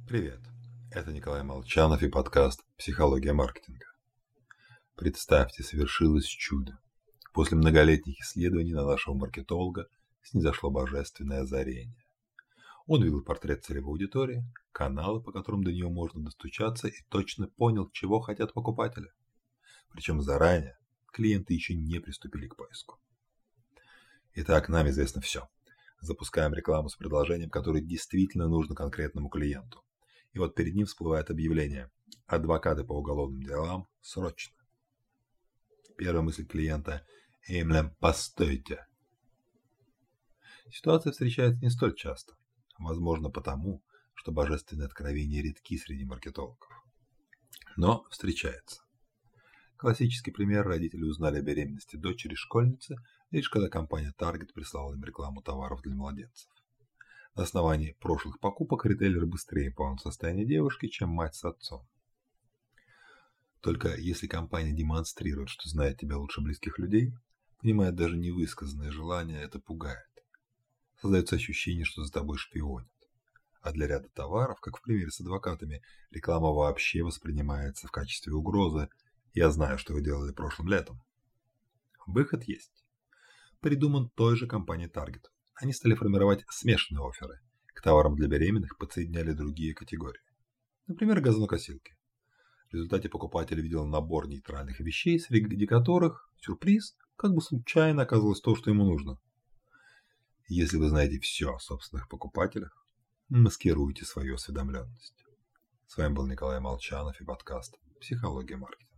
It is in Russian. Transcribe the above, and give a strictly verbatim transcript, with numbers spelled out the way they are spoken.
Привет, это Николай Молчанов и подкаст «Психология маркетинга». Представьте, совершилось чудо. После многолетних исследований на нашего маркетолога снизошло божественное озарение. Он видел портрет целевой аудитории, каналы, по которым до нее можно достучаться, и точно понял, чего хотят покупатели. Причем заранее клиенты еще не приступили к поиску. Итак, нам известно все. Запускаем рекламу с предложением, которое действительно нужно конкретному клиенту. И вот перед ним всплывает объявление: адвокаты по уголовным делам срочно. Первая мысль клиента: «Эмлем, постойте». Ситуация встречается не столь часто. Возможно потому, что божественные откровения редки среди маркетологов. Но встречается. Классический пример: родители узнали о беременности дочери-школьницы, лишь когда компания Target прислала им рекламу товаров для младенцев. На основании прошлых покупок ритейлер быстрее понял состояние девушки, чем мать с отцом. Только если компания демонстрирует, что знает тебя лучше близких людей, понимает даже невысказанное желание, это пугает. Создается ощущение, что за тобой шпионят. А для ряда товаров, как в примере с адвокатами, реклама вообще воспринимается в качестве угрозы. Я знаю, что вы делали прошлым летом. Выход есть. Придуман той же компанией Target. Они стали формировать смешанные офферы. К товарам для беременных подсоединяли другие категории. Например, газонокосилки. В результате покупатель видел набор нейтральных вещей, среди которых, сюрприз, как бы случайно оказалось то, что ему нужно. Если вы знаете все о собственных покупателях, маскируйте свою осведомленность. С вами был Николай Молчанов и подкаст «Психология маркетинга».